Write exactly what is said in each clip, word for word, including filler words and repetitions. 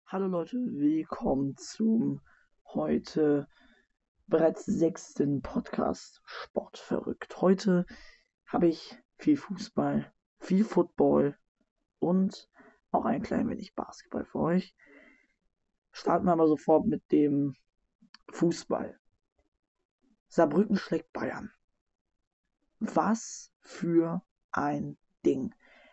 Hallo Leute, willkommen zum heute bereits sechsten Podcast Sportverrückt. Heute habe ich viel Fußball, viel Football und auch ein klein wenig Basketball für euch. Starten wir aber sofort mit dem Fußball. Saarbrücken schlägt Bayern. Was für ein Ding.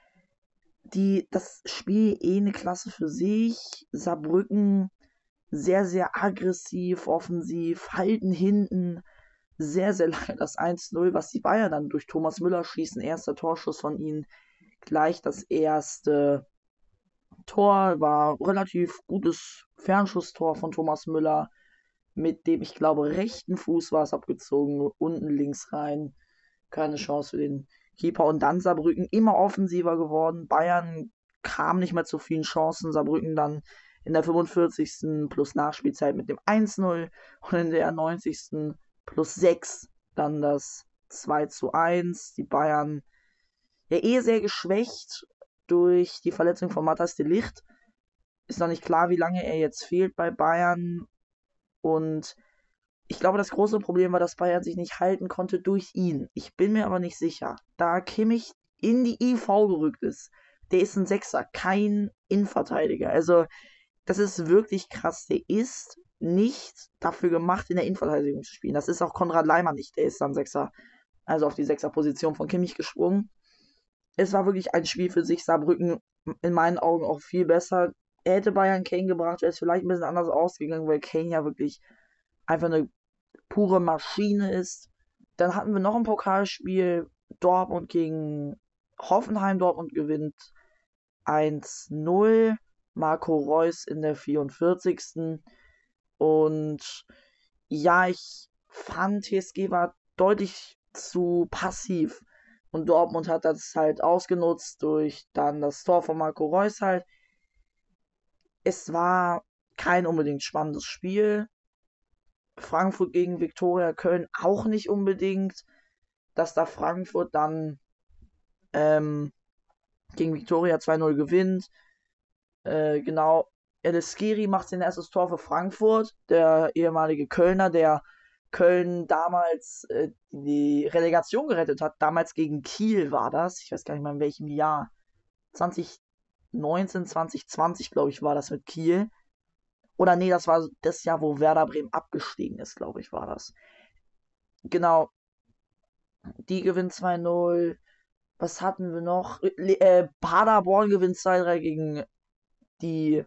Die, das Spiel eh eine Klasse für sich. Saarbrücken sehr, sehr aggressiv, offensiv, halten hinten sehr, sehr lange das eins null, was die Bayern dann durch Thomas Müller schießen. Erster Torschuss von ihnen, gleich das erste Tor, war relativ gutes Fernschusstor von Thomas Müller, mit dem, ich glaube, rechten Fuß war es abgezogen, unten links rein. Keine Chance für den Keeper. Und dann Saarbrücken immer offensiver geworden. Bayern kam nicht mehr zu vielen Chancen. Saarbrücken dann in der fünfundvierzigsten plus Nachspielzeit mit dem eins null und in der neunzigsten plus sechs dann das zwei zu eins. Die Bayern ja eh sehr geschwächt durch die Verletzung von Matthias de Ligt. Ist noch nicht klar, wie lange er jetzt fehlt bei Bayern. Und ich glaube, das große Problem war, dass Bayern sich nicht halten konnte durch ihn. Ich bin mir aber nicht sicher. Da Kimmich in die I V gerückt ist, der ist ein Sechser, kein Innenverteidiger. Also, das ist wirklich krass. Der ist nicht dafür gemacht, in der Innenverteidigung zu spielen. Das ist auch Konrad Leimer nicht. Der ist dann Sechser, also auf die Sechser-Position von Kimmich gesprungen. Es war wirklich ein Spiel für sich. Saarbrücken in meinen Augen auch viel besser. Er hätte Bayern Kane gebracht, wäre es vielleicht ein bisschen anders ausgegangen, weil Kane ja wirklich einfach eine pure Maschine ist. Dann hatten wir noch ein Pokalspiel, Dortmund gegen Hoffenheim. Dortmund gewinnt eins null. Marco Reus in der vierundvierzigsten. Und ja, ich fand, T S G war deutlich zu passiv. Und Dortmund hat das halt ausgenutzt durch dann das Tor von Marco Reus halt. Es war kein unbedingt spannendes Spiel. Frankfurt gegen Viktoria Köln auch nicht unbedingt. Dass da Frankfurt dann ähm, gegen Viktoria zwei null gewinnt. Äh, genau. El Skiri macht sein erstes Tor für Frankfurt. Der ehemalige Kölner, der Köln damals äh, die Relegation gerettet hat. Damals gegen Kiel war das. Ich weiß gar nicht mehr in welchem Jahr. zwanzig neunzehn, zwanzig zwanzig, glaube ich, war das mit Kiel. Oder nee, das war das Jahr, wo Werder Bremen abgestiegen ist, glaube ich, war das. Genau. Die gewinnt zwei null. Was hatten wir noch? Äh, Paderborn gewinnt zwei drei gegen die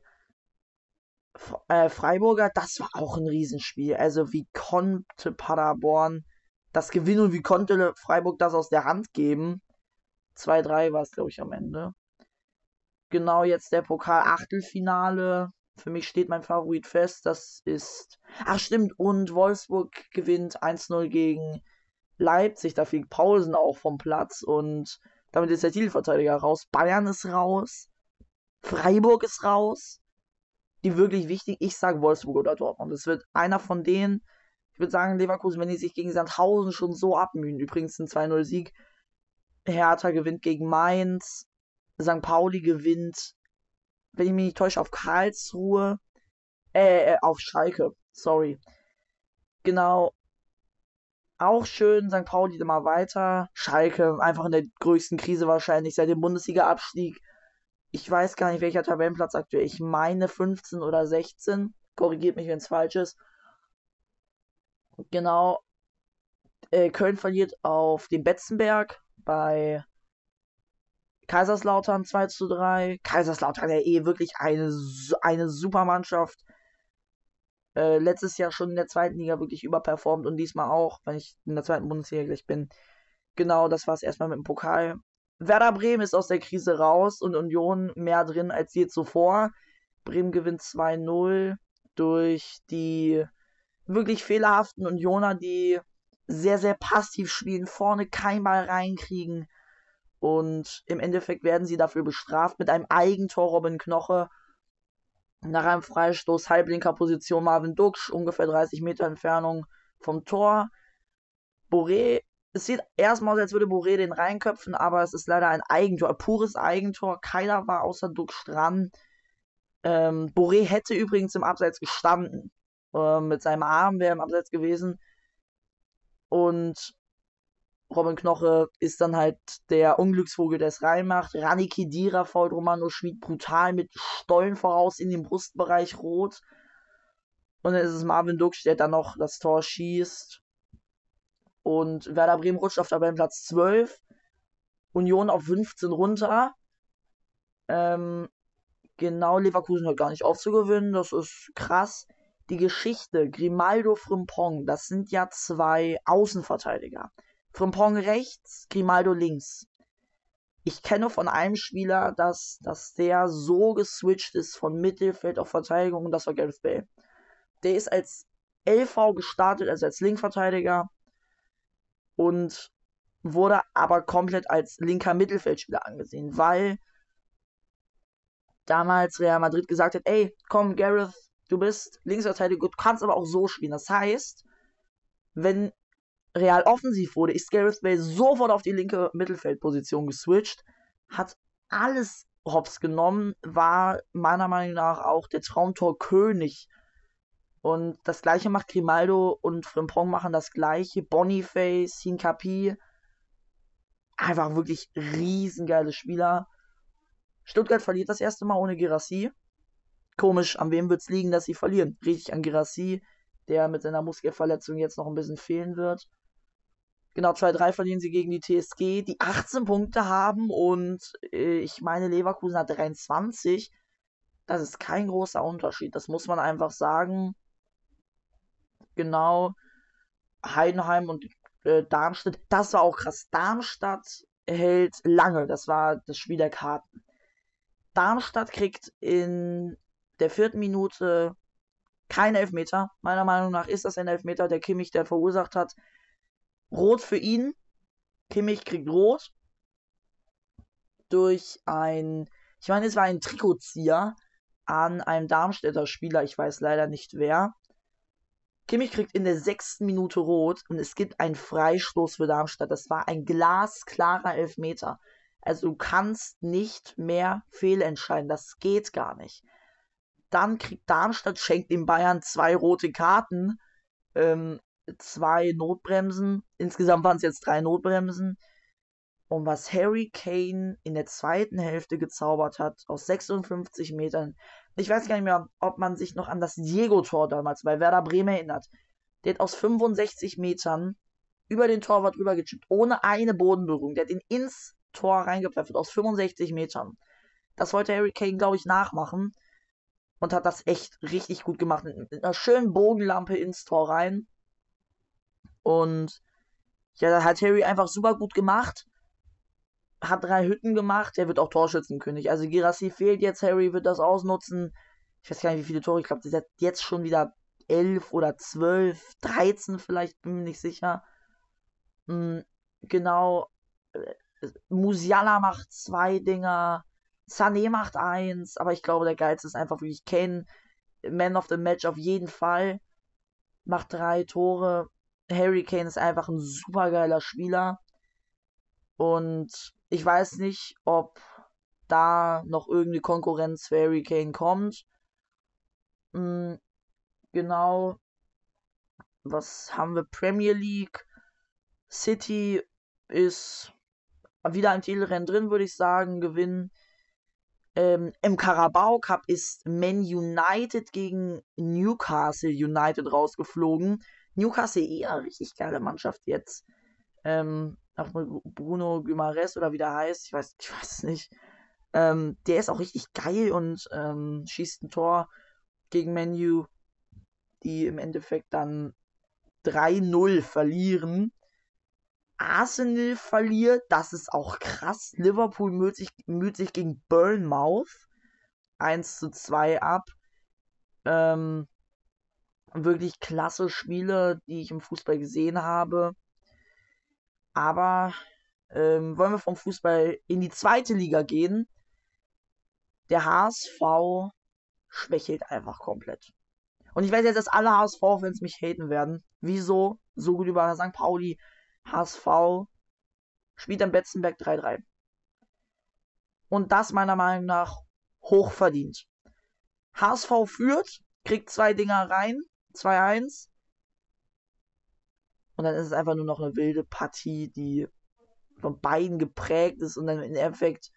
äh, Freiburger. Das war auch ein Riesenspiel. Also wie konnte Paderborn das gewinnen und wie konnte Freiburg das aus der Hand geben? zwei drei war es, glaube ich, am Ende. Genau, jetzt der Pokal-Achtelfinale. Für mich steht mein Favorit fest. Das ist... Ach stimmt, und Wolfsburg gewinnt eins null gegen Leipzig. Da fliegt Paulsen auch vom Platz und damit ist der Titelverteidiger raus. Bayern ist raus. Freiburg ist raus. Die wirklich wichtig, ich sage Wolfsburg oder Dortmund. Es wird einer von denen, ich würde sagen Leverkusen, wenn die sich gegen Sandhausen schon so abmühen. Übrigens ein zwei null Sieg. Hertha gewinnt gegen Mainz. Sankt Pauli gewinnt, wenn ich mich nicht täusche, auf Karlsruhe. Äh, äh, auf Schalke. Sorry. Genau. Auch schön, Sankt Pauli immer weiter. Schalke einfach in der größten Krise wahrscheinlich seit dem Bundesliga-Abstieg. Ich weiß gar nicht, welcher Tabellenplatz aktuell. Ich meine fünfzehn oder sechzehn. Korrigiert mich, wenn es falsch ist. Genau. Äh, Köln verliert auf den Betzenberg bei Kaiserslautern zwei zu drei. Kaiserslautern ja eh wirklich eine, eine super Mannschaft. Äh, letztes Jahr schon in der zweiten Liga wirklich überperformt und diesmal auch, wenn ich in der zweiten Bundesliga gleich bin. Genau, das war es erstmal mit dem Pokal. Werder Bremen ist aus der Krise raus und Union mehr drin als je zuvor. Bremen gewinnt zwei null durch die wirklich fehlerhaften Unioner, die sehr, sehr passiv spielen, vorne kein Ball reinkriegen. Und im Endeffekt werden sie dafür bestraft mit einem Eigentor Robin Knoche. Nach einem Freistoß, halblinker Position Marvin Duksch, ungefähr dreißig Meter Entfernung vom Tor. Boré, es sieht erstmal aus, als würde Boré den reinköpfen, aber es ist leider ein Eigentor, ein pures Eigentor. Keiner war außer Duksch dran. Ähm, Boré hätte übrigens im Abseits gestanden. Ähm, mit seinem Arm wäre im Abseits gewesen. Und Robin Knoche ist dann halt der Unglücksvogel, der es reinmacht. Rani Khedira fault Romano Schmid brutal mit Stollen voraus in den Brustbereich rot. Und dann ist es Marvin Duksch, der dann noch das Tor schießt. Und Werder Bremen rutscht auf Tabellenplatz zwölf. Union auf fünfzehn runter. Ähm, genau, Leverkusen hört gar nicht auf zu gewinnen. Das ist krass. Die Geschichte, Grimaldo, Frimpong, das sind ja zwei Außenverteidiger. Frimpong rechts, Grimaldo links. Ich kenne von einem Spieler, dass, dass der so geswitcht ist von Mittelfeld auf Verteidigung, und das war Gareth Bale. Der ist als L V gestartet, also als Linkverteidiger, und wurde aber komplett als linker Mittelfeldspieler angesehen, weil damals Real Madrid gesagt hat, ey, komm Gareth, du bist Linksverteidiger, du kannst aber auch so spielen. Das heißt, wenn Real offensiv wurde, ist Gareth Bale sofort auf die linke Mittelfeldposition geswitcht, hat alles hops genommen, war meiner Meinung nach auch der Traumtorkönig. Und das gleiche macht Grimaldo, und Frimpong machen das gleiche. Boniface, Hincapié, einfach wirklich riesengeile Spieler. Stuttgart verliert das erste Mal ohne Guirassy. Komisch, an wem wird es liegen, dass sie verlieren? Richtig an Guirassy, der mit seiner Muskelverletzung jetzt noch ein bisschen fehlen wird. Genau, zwei drei verlieren sie gegen die T S G, die achtzehn Punkte haben, und äh, ich meine, Leverkusen hat dreiundzwanzig. Das ist kein großer Unterschied, das muss man einfach sagen. Genau, Heidenheim und äh, Darmstadt, das war auch krass. Darmstadt hält lange, das war das Spiel der Karten. Darmstadt kriegt in der vierten Minute kein Elfmeter. Meiner Meinung nach ist das ein Elfmeter, der Kimmich, der verursacht hat. Rot für ihn. Kimmich kriegt rot durch ein, ich meine, es war ein Trikotzieher an einem Darmstädter Spieler, ich weiß leider nicht wer. Kimmich kriegt in der sechsten Minute rot, und es gibt einen Freistoß für Darmstadt. Das war ein glasklarer Elfmeter. Also du kannst nicht mehr fehlentscheiden, das geht gar nicht. Dann kriegt Darmstadt, schenkt dem Bayern zwei rote Karten, ähm, zwei Notbremsen. Insgesamt waren es jetzt drei Notbremsen. Und was Harry Kane in der zweiten Hälfte gezaubert hat, aus sechsundfünfzig Metern. Ich weiß gar nicht mehr, ob man sich noch an das Diego-Tor damals bei Werder Bremen erinnert. Der hat aus fünfundsechzig Metern über den Torwart rüber gechippt, ohne eine Bodenberührung. Der hat ihn ins Tor reingepfeffert, aus fünfundsechzig Metern. Das wollte Harry Kane, glaube ich, nachmachen. Und hat das echt richtig gut gemacht. Mit einer schönen Bogenlampe ins Tor rein. Und ja, da hat Harry einfach super gut gemacht. Hat drei Hütten gemacht. Der wird auch Torschützenkönig. Also Guirassy fehlt jetzt. Harry wird das ausnutzen. Ich weiß gar nicht, wie viele Tore. Ich glaube, der hat jetzt schon wieder elf oder zwölf, dreizehn vielleicht, bin mir nicht sicher. Mhm, genau. Musiala macht zwei Dinger. Sané macht eins. Aber ich glaube, der geilste ist einfach wirklich Kane. Man of the Match auf jeden Fall. Macht drei Tore. Harry Kane ist einfach ein super geiler Spieler. Und ich weiß nicht, ob da noch irgendeine Konkurrenz für Harry Kane kommt. Mhm, genau. Was haben wir? Premier League. City ist wieder im Titelrennen drin, würde ich sagen. Gewinnen. Ähm, Im Carabao Cup ist Man United gegen Newcastle United rausgeflogen. Newcastle eher eine richtig geile Mannschaft jetzt. Ähm, auch mit Bruno Guimaraes oder wie der heißt, ich weiß, ich weiß es nicht. Ähm, der ist auch richtig geil und ähm, schießt ein Tor gegen Man U, die im Endeffekt dann drei null verlieren. Arsenal verliert, das ist auch krass. Liverpool müht sich, müht sich gegen Bournemouth eins zu zwei ab. Ähm, wirklich klasse Spiele, die ich im Fußball gesehen habe. Aber ähm, wollen wir vom Fußball in die zweite Liga gehen? Der H S V schwächelt einfach komplett. Und ich weiß jetzt, dass alle H S V-Fans mich haten werden. Wieso? So gut über Sankt Pauli. H S V spielt am Betzenberg drei drei. Und das meiner Meinung nach hochverdient. H S V führt, kriegt zwei Dinger rein, zwei eins. Und dann ist es einfach nur noch eine wilde Partie, die von beiden geprägt ist und dann im Endeffekt,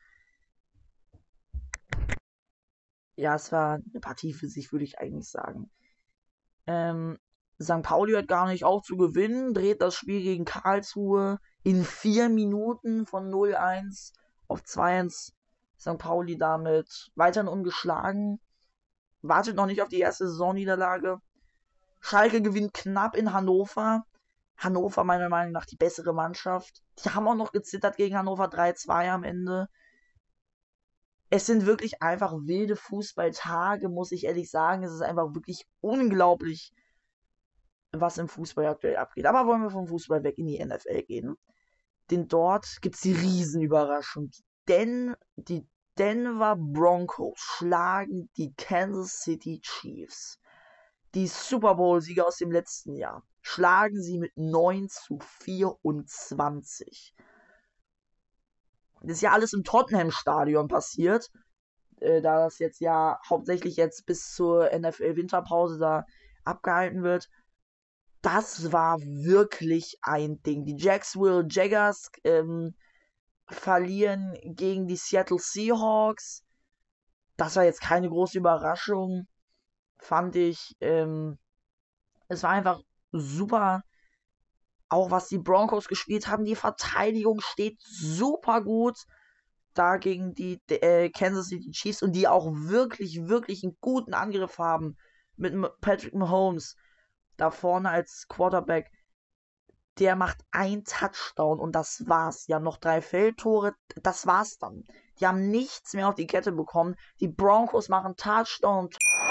ja, es war eine Partie für sich, würde ich eigentlich sagen. Ähm, Sankt Pauli hört gar nicht auf zu gewinnen, dreht das Spiel gegen Karlsruhe in vier Minuten von null eins auf zwei eins. Sankt Pauli damit weiterhin ungeschlagen, wartet noch nicht auf die erste Saisonniederlage. Schalke gewinnt knapp in Hannover. Hannover meiner Meinung nach die bessere Mannschaft. Die haben auch noch gezittert gegen Hannover drei zwei am Ende. Es sind wirklich einfach wilde Fußballtage, muss ich ehrlich sagen. Es ist einfach wirklich unglaublich, was im Fußball aktuell abgeht. Aber wollen wir vom Fußball weg in die N F L gehen? Denn dort gibt es die Riesenüberraschung. Denn die Denver Broncos schlagen die Kansas City Chiefs. Die Super Bowl-Sieger aus dem letzten Jahr schlagen sie mit neun zu vierundzwanzig. Das ist ja alles im Tottenham-Stadion passiert, äh, da das jetzt ja hauptsächlich jetzt bis zur N F L-Winterpause da abgehalten wird. Das war wirklich ein Ding. Die Jacksonville Jaguars ähm, verlieren gegen die Seattle Seahawks. Das war jetzt keine große Überraschung, fand ich. Ähm, es war einfach super. Auch was die Broncos gespielt haben, die Verteidigung steht super gut da gegen die äh, Kansas City Chiefs und die auch wirklich, wirklich einen guten Angriff haben mit Patrick Mahomes da vorne als Quarterback. Der macht ein Touchdown und das war's. Die haben noch drei Feldtore, das war's dann. Die haben nichts mehr auf die Kette bekommen. Die Broncos machen Touchdown.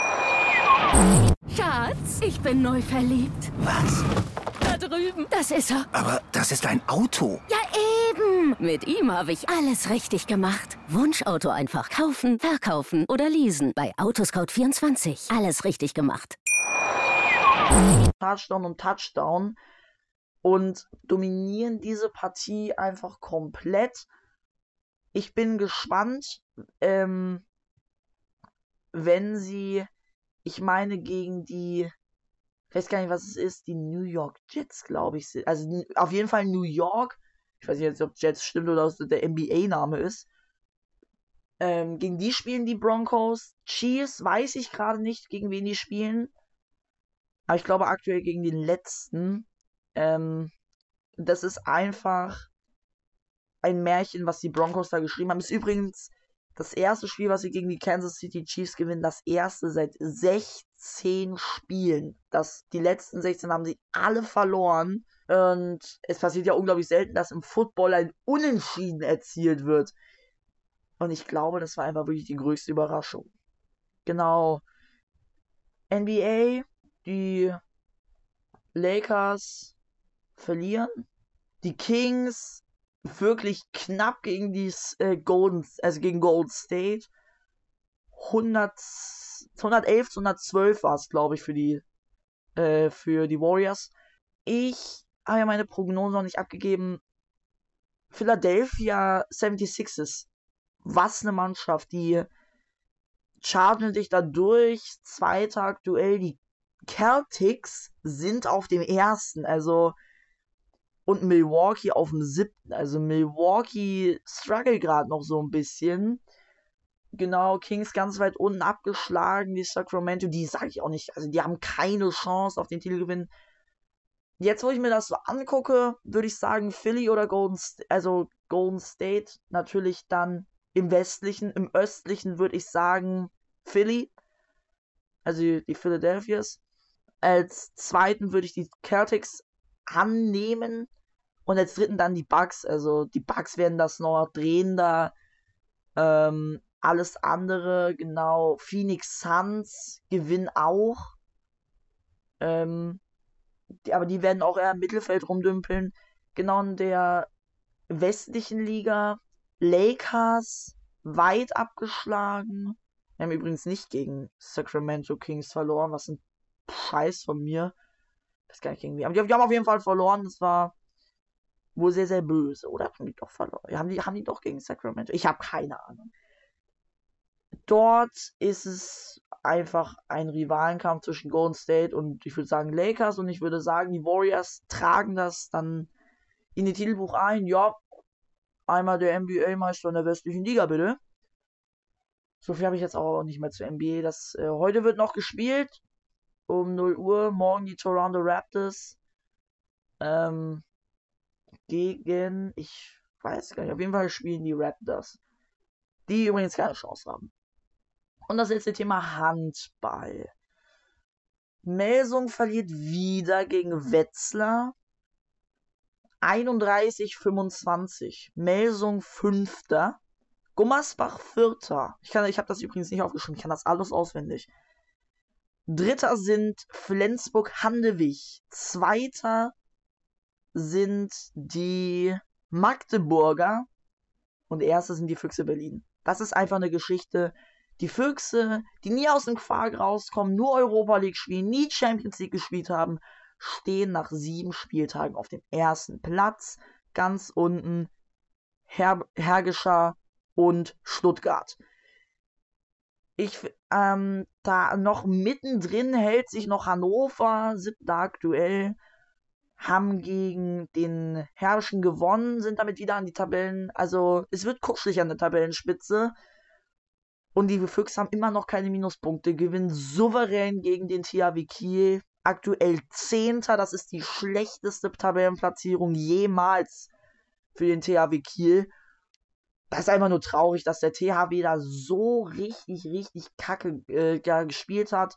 Schatz, ich bin neu verliebt. Was? Da drüben. Das ist er. Aber das ist ein Auto. Ja, eben. Mit ihm habe ich alles richtig gemacht. Wunschauto einfach kaufen, verkaufen oder leasen. Bei Autoscout vierundzwanzig. Alles richtig gemacht. Touchdown und Touchdown. Und dominieren diese Partie einfach komplett. Ich bin gespannt, ähm, wenn sie, ich meine, gegen die, ich weiß gar nicht, was es ist, die New York Jets, glaube ich, sind. Also auf jeden Fall New York. Ich weiß nicht jetzt, ob Jets stimmt oder ob es der N B A-Name ist. Ähm, gegen die spielen die Broncos. Chiefs weiß ich gerade nicht, gegen wen die spielen. Aber ich glaube aktuell gegen den letzten. Ähm, das ist einfach ein Märchen, was die Broncos da geschrieben haben. Ist übrigens das erste Spiel, was sie gegen die Kansas City Chiefs gewinnen. Das erste seit sechzehn Spielen. Das, die letzten sechzehn haben sie alle verloren. Und es passiert ja unglaublich selten, dass im Football ein Unentschieden erzielt wird. Und ich glaube, das war einfach wirklich die größte Überraschung. Genau. N B A, die Lakers verlieren. Die Kings wirklich knapp gegen die äh, Golden, also gegen Golden State. hundert, hundertelf zu hundertzwölf war es, glaube ich, für die, äh, für die Warriors. Ich habe ja meine Prognose noch nicht abgegeben. Philadelphia seventy-sixers. Was eine Mannschaft, die chargen dich da durch. Zweiter Duell, die Celtics sind auf dem ersten, also und Milwaukee auf dem siebten. Also Milwaukee struggelt gerade noch so ein bisschen. Genau, Kings ganz weit unten abgeschlagen. Die Sacramento, die sage ich auch nicht. Also die haben keine Chance auf den Titelgewinn. Jetzt, wo ich mir das so angucke, würde ich sagen Philly oder Golden State. Also Golden State natürlich dann im westlichen. Im östlichen würde ich sagen Philly. Also die Philadelphias. Als zweiten würde ich die Celtics annehmen. Und als dritten dann die Bucks. Also die Bucks werden das noch drehen da. Ähm, alles andere, genau. Phoenix Suns gewinnen auch. Ähm, die, aber die werden auch eher im Mittelfeld rumdümpeln. Genau in der westlichen Liga. Lakers weit abgeschlagen. Wir haben übrigens nicht gegen Sacramento Kings verloren, was ein Scheiß von mir. Ich weiß gar nicht gegen wie. Aber die, die haben auf jeden Fall verloren. Das war wohl sehr, sehr böse. Oder haben die doch verloren? Haben die, haben die doch gegen Sacramento? Ich habe keine Ahnung. dort ist es einfach ein Rivalenkampf zwischen Golden State und ich würde sagen Lakers und ich würde sagen, die Warriors tragen das dann in die Titelbuch ein. Ja, einmal der N B A-Meister in der westlichen Liga, bitte. So viel habe ich jetzt auch nicht mehr zu N B A. Das, äh, heute wird noch gespielt. Um null Uhr. Morgen die Toronto Raptors. Ähm, gegen, ich weiß gar nicht, auf jeden Fall spielen die Raptors. Die übrigens keine Chance haben. Und das letzte Thema Handball. Melsung verliert wieder gegen Wetzlar. einunddreißig fünfundzwanzig. Melsung Fünfter. Gummersbach Vierter. Ich, ich habe das übrigens nicht aufgeschrieben. Ich kann das alles auswendig. Dritter sind Flensburg-Handewitt. Zweiter sind die Magdeburger. Und erster sind die Füchse Berlin. Das ist einfach eine Geschichte. Die Füchse, die nie aus dem Quark rauskommen, nur Europa League spielen, nie Champions League gespielt haben, stehen nach sieben Spieltagen auf dem ersten Platz. Ganz unten Her Hergischer und Stuttgart. Ich, ähm, da noch mittendrin hält sich noch Hannover, siebter aktuell, haben gegen den Herrschen gewonnen, sind damit wieder an die Tabellen, also es wird kuschelig an der Tabellenspitze. Und die Füchse haben immer noch keine Minuspunkte, gewinnen souverän gegen den T H W Kiel. Aktuell Zehnter, das ist die schlechteste Tabellenplatzierung jemals für den T H W Kiel. Das ist einfach nur traurig, dass der T H W da so richtig, richtig kacke äh, gespielt hat.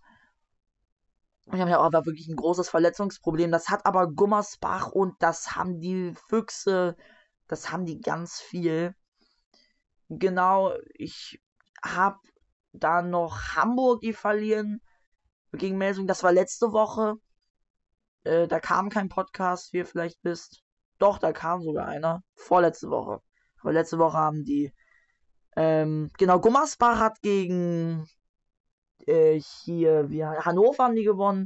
Wir haben ja auch aber wirklich ein großes Verletzungsproblem. Das hat aber Gummersbach und das haben die Füchse, das haben die ganz viel. Genau, ich habe da noch Hamburg, die verlieren gegen Melsung. Das war letzte Woche. Äh, da kam kein Podcast, wie ihr vielleicht wisst. Doch, da kam sogar einer. Vorletzte Woche. Aber letzte Woche haben die. Ähm, genau, Gummersbach hat gegen äh, hier, wie Hannover haben die gewonnen.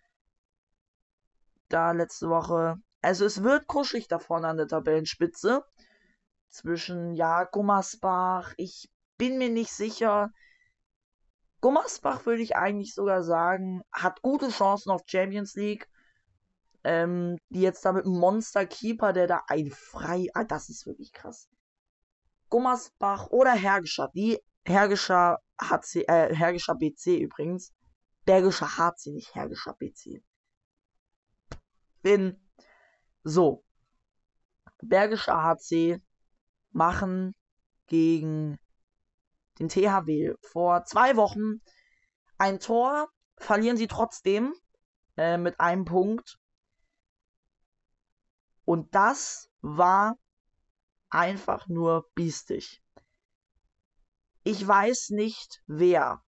Da letzte Woche. Also es wird kuschelig da vorne an der Tabellenspitze. Zwischen, ja, Gummersbach. Ich bin mir nicht sicher. Gummersbach würde ich eigentlich sogar sagen, hat gute Chancen auf Champions League. Ähm, die jetzt da mit einem Monster Keeper, der da ein frei. Ah, das ist wirklich krass. Gummersbach oder Hergischer. Die Hergischer H C, äh, Hergischer B C übrigens. Bergischer H C, nicht Hergischer B C. Bin so. Bergischer H C machen gegen den T H W vor zwei Wochen ein Tor, verlieren sie trotzdem äh, mit einem Punkt. Und das war einfach nur biestig. Ich weiß nicht, wer.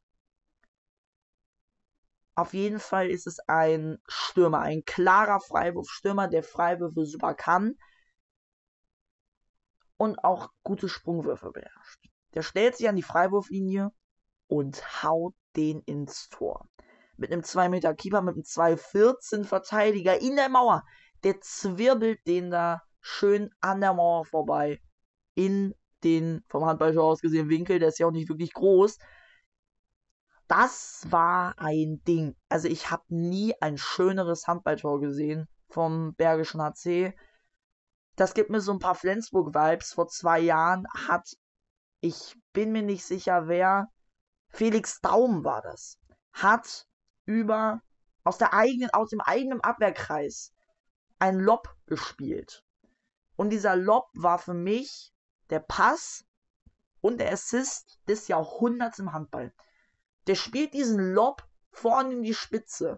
Auf jeden Fall ist es ein Stürmer, ein klarer Freiwurfstürmer, der Freiwürfe super kann und auch gute Sprungwürfe beherrscht. Der stellt sich an die Freiwurflinie und haut den ins Tor. Mit einem zwei Meter Keeper, mit einem zwei vierzehn Verteidiger in der Mauer. Der zwirbelt den da schön an der Mauer vorbei in den, vom Handballtor aus gesehen, Winkel. Der ist ja auch nicht wirklich groß. Das war ein Ding. Also ich habe nie ein schöneres Handballtor gesehen vom Bergischen H C. Das gibt mir so ein paar Flensburg-Vibes. Vor zwei Jahren hat, ich bin mir nicht sicher wer, Felix Daum war das, hat über, aus der eigenen, aus dem eigenen Abwehrkreis ein Lob gespielt. Und dieser Lob war für mich der Pass und der Assist des Jahrhunderts im Handball. Der spielt diesen Lob vorne in die Spitze.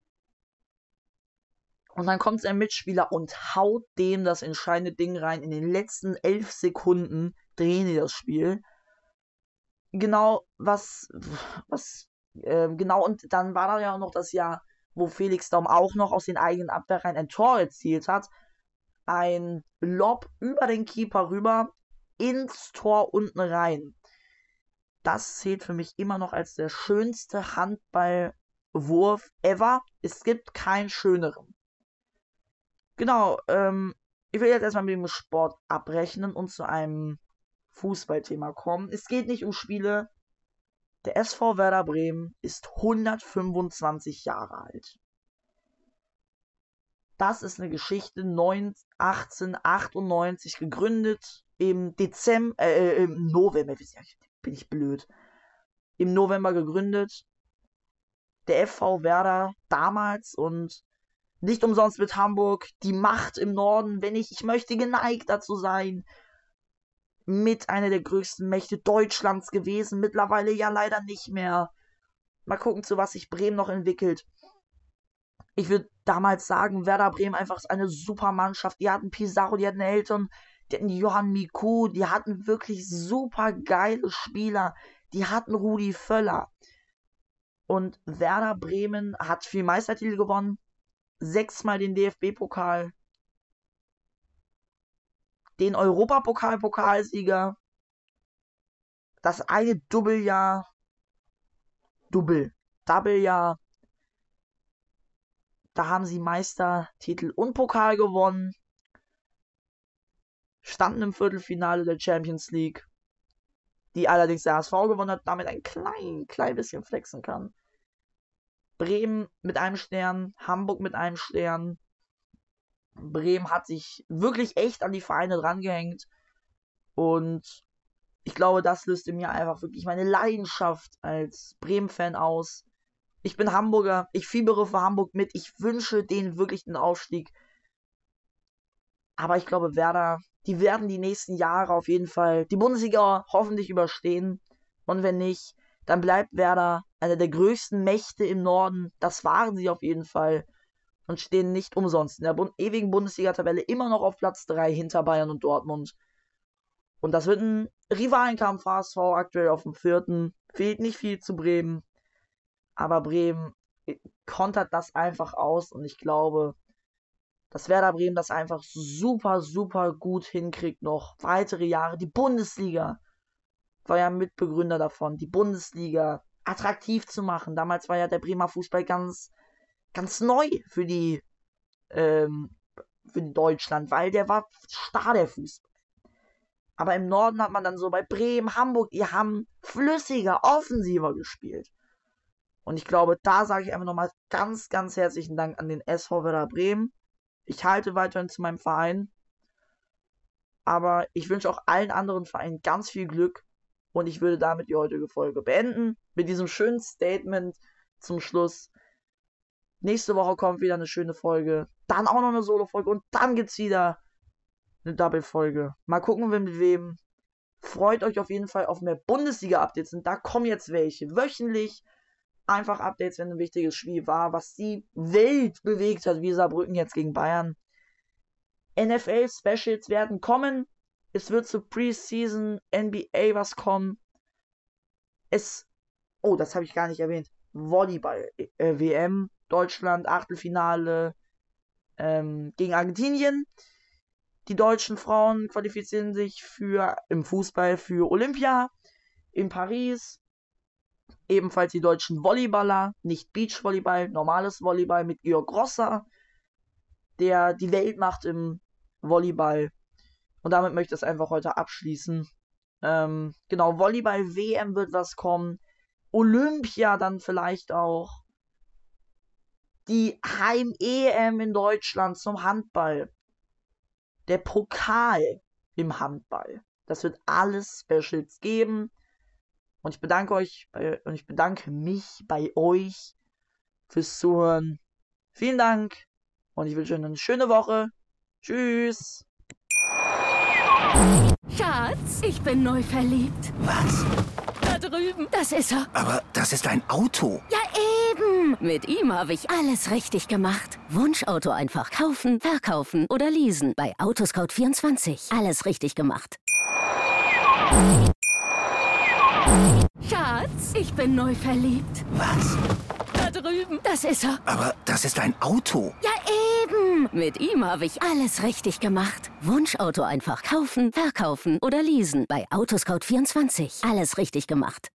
Und dann kommt sein Mitspieler und haut dem das entscheidende Ding rein. In den letzten elf Sekunden drehen die das Spiel. Genau, was, was, äh, genau, und dann war da ja auch noch das Jahr, wo Felix Daum auch noch aus den eigenen Abwehrreihen ein Tor erzielt hat. Ein Lob über den Keeper rüber, ins Tor unten rein. Das zählt für mich immer noch als der schönste Handballwurf ever. Es gibt keinen schöneren. Genau, ähm, ich will jetzt erstmal mit dem Sport abrechnen und zu einem Fußballthema kommen. Es geht nicht um Spiele, Der S V Werder Bremen ist hundertfünfundzwanzig Jahre alt. Das ist eine Geschichte, achtzehnhundertachtundneunzig gegründet, im Dezember, äh, im November, bin ich blöd, im November gegründet. Der F V Werder damals und nicht umsonst mit Hamburg die Macht im Norden, wenn ich, ich möchte geneigt dazu sein, mit einer der größten Mächte Deutschlands gewesen, mittlerweile ja leider nicht mehr. Mal gucken, zu was sich Bremen noch entwickelt. Ich würde damals sagen, Werder Bremen einfach ist eine super Mannschaft. Die hatten Pizarro, die hatten Elton, die hatten Johann Miku, die hatten wirklich super geile Spieler. Die hatten Rudi Völler. Und Werder Bremen hat vier Meistertitel gewonnen, sechsmal den D F B-Pokal, den Europapokal-Pokalsieger, das eine Doublejahr, Double, Doublejahr, da haben sie Meistertitel und Pokal gewonnen, standen im Viertelfinale der Champions League, die allerdings der H S V gewonnen hat, damit ein klein, klein bisschen flexen kann. Bremen mit einem Stern, Hamburg mit einem Stern. Bremen hat sich wirklich echt an die Vereine drangehängt. Und ich glaube, das löst in mir einfach wirklich meine Leidenschaft als Bremen-Fan aus. Ich bin Hamburger, ich fiebere für Hamburg mit. Ich wünsche denen wirklich den Aufstieg. Aber ich glaube, Werder, die werden die nächsten Jahre auf jeden Fall die Bundesliga hoffentlich überstehen. Und wenn nicht, dann bleibt Werder einer der größten Mächte im Norden. Das waren sie auf jeden Fall. Und stehen nicht umsonst in der Bund- ewigen Bundesliga-Tabelle immer noch auf Platz drei hinter Bayern und Dortmund. Und das wird ein Rivalenkampf. H S V aktuell auf dem vierten. Fehlt nicht viel zu Bremen. Aber Bremen kontert das einfach aus. Und ich glaube, dass Werder Bremen das einfach super, super gut hinkriegt noch. Weitere Jahre. Die Bundesliga war ja Mitbegründer davon. Die Bundesliga attraktiv zu machen. Damals war ja der Bremer Fußball ganz, ganz neu für die, ähm, für Deutschland, weil der war starr, der Fußball. Aber im Norden hat man dann so bei Bremen, Hamburg, die haben flüssiger, offensiver gespielt. Und ich glaube, da sage ich einfach nochmal ganz, ganz herzlichen Dank an den S V Werder Bremen. Ich halte weiterhin zu meinem Verein. Aber ich wünsche auch allen anderen Vereinen ganz viel Glück. Und ich würde damit die heutige Folge beenden. Mit diesem schönen Statement zum Schluss. Nächste Woche kommt wieder eine schöne Folge. Dann auch noch eine Solo-Folge. Und dann gibt's wieder eine Double-Folge. Mal gucken, mit wem. Freut euch auf jeden Fall auf mehr Bundesliga-Updates. Und da kommen jetzt welche. Wöchentlich. Einfach Updates, wenn ein wichtiges Spiel war. Was die Welt bewegt hat. Wie Saarbrücken jetzt gegen Bayern. N F L-Specials werden kommen. Es wird zu Preseason N B A was kommen. Es, oh, das habe ich gar nicht erwähnt. Volleyball äh, W M, Deutschland, Achtelfinale ähm, gegen Argentinien. Die deutschen Frauen qualifizieren sich für im Fußball für Olympia in Paris. Ebenfalls die deutschen Volleyballer, nicht Beachvolleyball, normales Volleyball mit Georg Grosser, der die Welt macht im Volleyball. Und damit möchte ich das einfach heute abschließen. Ähm, genau, Volleyball-W M wird was kommen. Olympia dann vielleicht auch. Die Heim-E M in Deutschland zum Handball. Der Pokal im Handball. Das wird alles Specials geben. Und ich bedanke euch bei, und ich bedanke mich bei euch fürs Zuhören. Vielen Dank. Und ich wünsche euch eine schöne Woche. Tschüss. Schatz, ich bin neu verliebt. Was? Da drüben. Das ist er. Aber das ist ein Auto. Ja, eben. Mit ihm habe ich alles richtig gemacht. Wunschauto einfach kaufen, verkaufen oder leasen. Bei Autoscout vierundzwanzig. Alles richtig gemacht. Schatz, ich bin neu verliebt. Was? Da drüben. Das ist er. Aber das ist ein Auto. Ja, eben. Mit ihm habe ich alles richtig gemacht. Wunschauto einfach kaufen, verkaufen oder leasen. Bei Autoscout vierundzwanzig. Alles richtig gemacht.